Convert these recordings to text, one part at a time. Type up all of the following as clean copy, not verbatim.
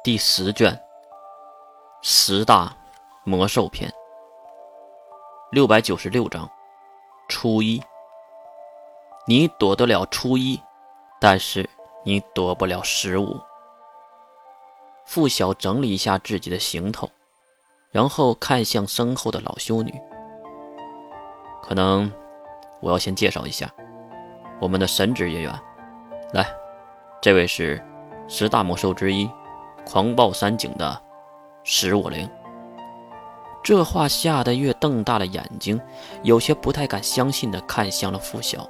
第10卷10大魔兽篇696章初一。你躲得了初一，但是你躲不了15。付晓整理一下自己的行头，然后看向身后的老修女。可能我要先介绍一下我们的神职业员。来，这位是10大魔兽之一狂暴三井的15灵。这话吓得月瞪大了眼睛，有些不太敢相信地看向了付晓。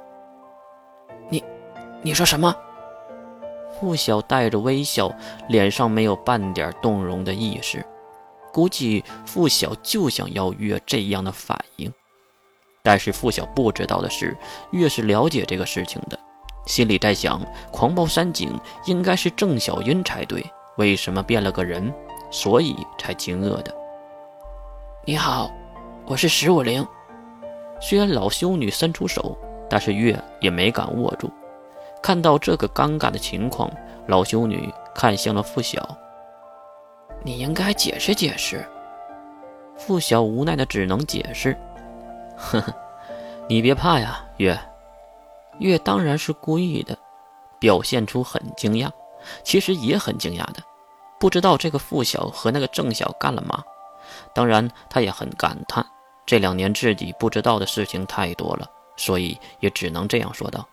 你说什么？付晓带着微笑，脸上没有半点动容的意识。估计付晓就想要月这样的反应，但是付晓不知道的是，月是了解这个事情的，心里在想，狂暴三井应该是郑小音才对，为什么变了个人？所以才惊愕的。你好，我是15灵。虽然老修女伸出手，但是月也没敢握住。看到这个尴尬的情况，老修女看向了付晓。你应该解释解释。付晓无奈的只能解释。呵呵，你别怕呀，月。月当然是故意的，表现出很惊讶，其实也很惊讶的，不知道这个付晓和那个郑晓干了嘛。当然他也很感叹，这2年自己不知道的事情太多了，所以也只能这样说道。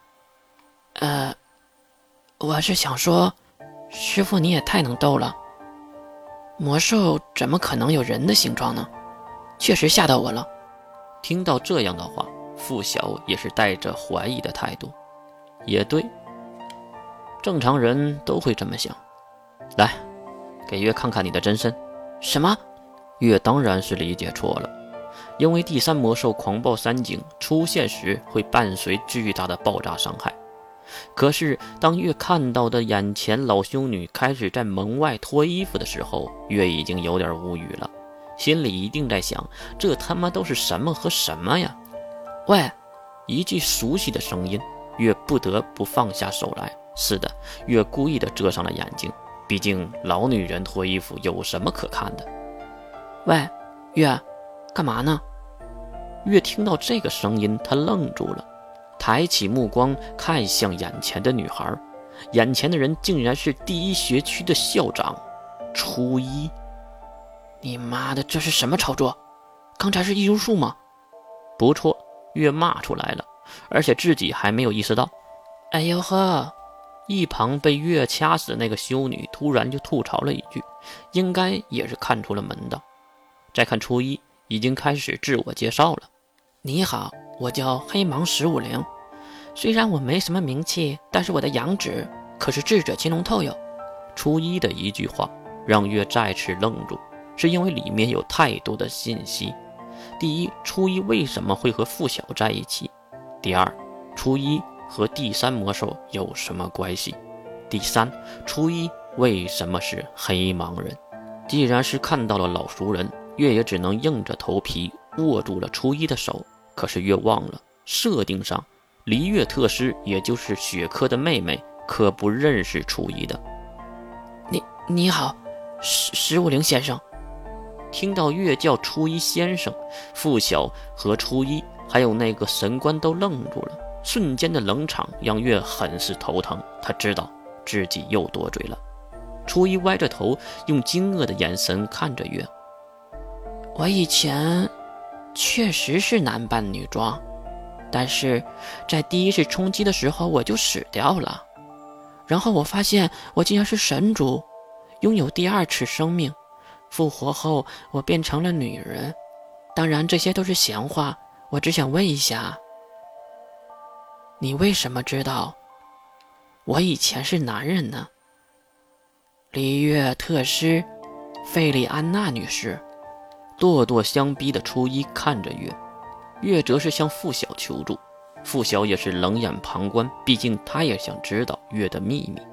我是想说，师父你也太能逗了，魔兽怎么可能有人的形状呢？确实吓到我了。听到这样的话，付晓也是带着怀疑的态度。也对，正常人都会这么想。来，给月看看你的真身。什么？月当然是理解错了，因为第3魔兽狂暴三井出现时会伴随巨大的爆炸伤害。可是当月看到的眼前老修女开始在门外脱衣服的时候，月已经有点无语了，心里一定在想，这他妈都是什么和什么呀？喂！一句熟悉的声音，月不得不放下手来。是的，月故意的遮上了眼睛，毕竟老女人脱衣服有什么可看的？喂，月，干嘛呢？月听到这个声音，他愣住了，抬起目光看向眼前的女孩，眼前的人竟然是第1学区的校长初一。你妈的，这是什么操作？刚才是易容术吗？不错，月骂出来了，而且自己还没有意识到。哎呦呵！一旁被月掐死的那个修女突然就吐槽了一句，应该也是看出了门道。再看初一，已经开始自我介绍了。你好，我叫黑芒15灵。虽然我没什么名气，但是我的养子可是智者金龙透哟。初一的一句话让月再次愣住，是因为里面有太多的信息。第一，初一为什么会和付晓在一起？第二，初一和第3魔兽有什么关系？第三，初一为什么是黑芒人？既然是看到了老熟人，月也只能硬着头皮握住了初一的手。可是月忘了，设定上璃月特师也就是雪珂的妹妹可不认识初一的。你好，15灵先生。听到月叫初一先生，付晓和初一还有那个神官都愣住了，瞬间的冷场让月很是头疼，他知道自己又多嘴了。初一歪着头，用惊愕的眼神看着月。我以前确实是男扮女装，但是在第1次冲击的时候我就死掉了，然后我发现我竟然是神族，拥有第2次生命，复活后我变成了女人。当然这些都是闲话，我只想问一下，你为什么知道我以前是男人呢？璃月特师费利安娜女士。咄咄相逼的初一看着月，月则是向付晓求助。付晓也是冷眼旁观，毕竟他也想知道月的秘密。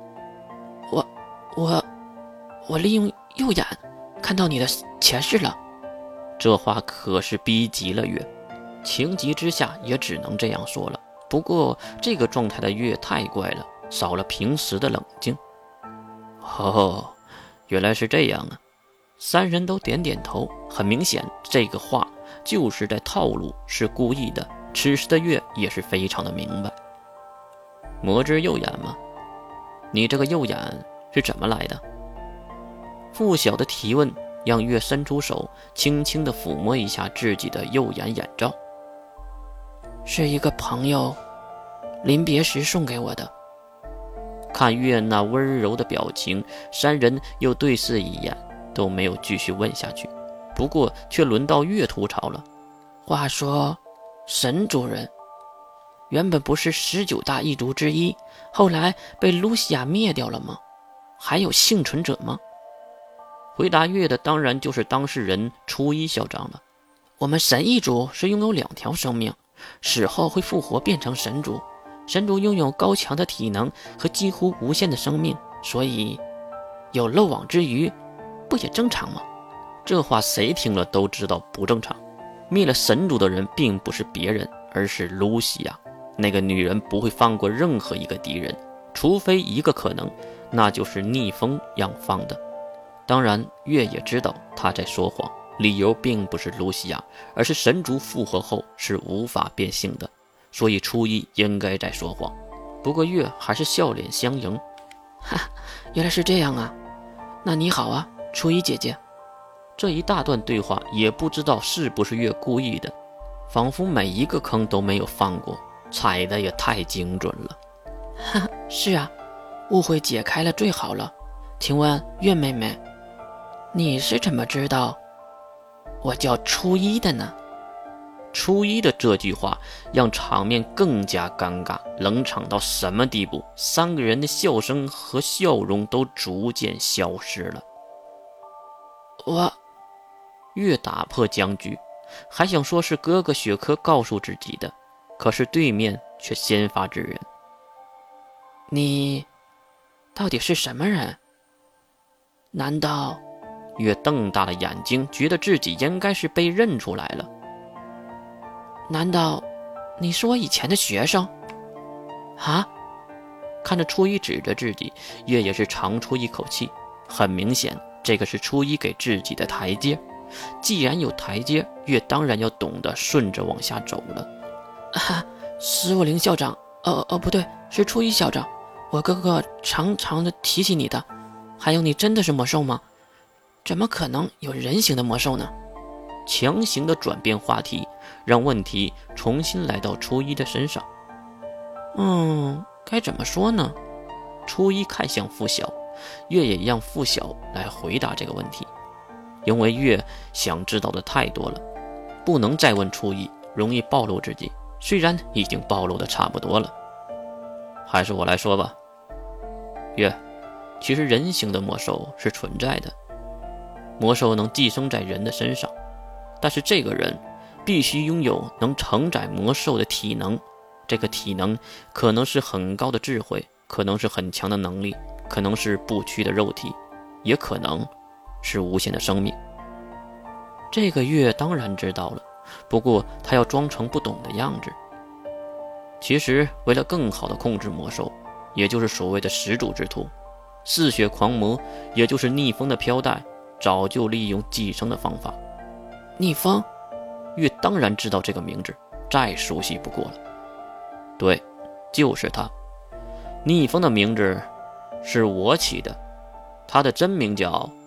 我利用右眼看到你的前世了。这话可是逼急了月，情急之下也只能这样说了。不过这个状态的月太怪了，少了平时的冷静。哦， 原来是这样啊。三人都点点头，很明显这个话就是在套路，是故意的。此时的月也是非常的明白。魔之右眼吗？你这个右眼是怎么来的？傅晓的提问让月伸出手轻轻地抚摸一下自己的右眼眼罩。是一个朋友临别时送给我的。看月那温柔的表情，三人又对视一眼，都没有继续问下去。不过却轮到月吐槽了。话说神族人原本不是19大异族之一，后来被露西亚灭掉了吗？还有幸存者吗？回答月的当然就是当事人初一校长了。我们神异族是拥有2条生命，死后会复活变成神族。神族拥有高强的体能和几乎无限的生命，所以有漏网之鱼不也正常吗？这话谁听了都知道不正常。灭了神族的人并不是别人，而是露西亚。那个女人不会放过任何一个敌人，除非一个可能，那就是逆风让放的。当然月也知道他在说谎，理由并不是露西亚，而是神族复活后是无法变性的，所以初一应该在说谎。不过月还是笑脸相迎。哈，原来是这样啊，那你好啊，初一姐姐。这一大段对话也不知道是不是月故意的，仿佛每一个坑都没有放过，踩得也太精准了。哈，是啊，误会解开了最好了。请问月妹妹，你是怎么知道我叫初一的呢？初一的这句话让场面更加尴尬，冷场到什么地步？3个人的笑声和笑容都逐渐消失了。月打破僵局，还想说是哥哥雪珂告诉自己的，可是对面却先发制人。你到底是什么人？难道？月瞪大了眼睛，觉得自己应该是被认出来了。难道你是我以前的学生？啊？看着初一指着自己，月也是长出一口气。很明显，这个是初一给自己的台阶。既然有台阶，月当然要懂得顺着往下走了。石武灵校长，不对，是初一校长，我哥哥常常的提起你的。还有，你真的是魔兽吗？怎么可能有人形的魔兽呢？强行的转变话题，让问题重新来到初一的身上。该怎么说呢？初一看向付晓，月也让付晓来回答这个问题。因为月想知道的太多了，不能再问初一，容易暴露自己，虽然已经暴露的差不多了。还是我来说吧。月，其实人形的魔兽是存在的，魔兽能寄生在人的身上，但是这个人必须拥有能承载魔兽的体能，这个体能可能是很高的智慧，可能是很强的能力，可能是不屈的肉体，也可能是无限的生命。这个月当然知道了，不过他要装成不懂的样子。其实为了更好的控制魔兽，也就是所谓的始祖之徒，嗜血狂魔，也就是逆风的飘带，早就利用寄生的方法。逆风？月当然知道这个名字，再熟悉不过了。对，就是他。逆风的名字是我起的，他的真名叫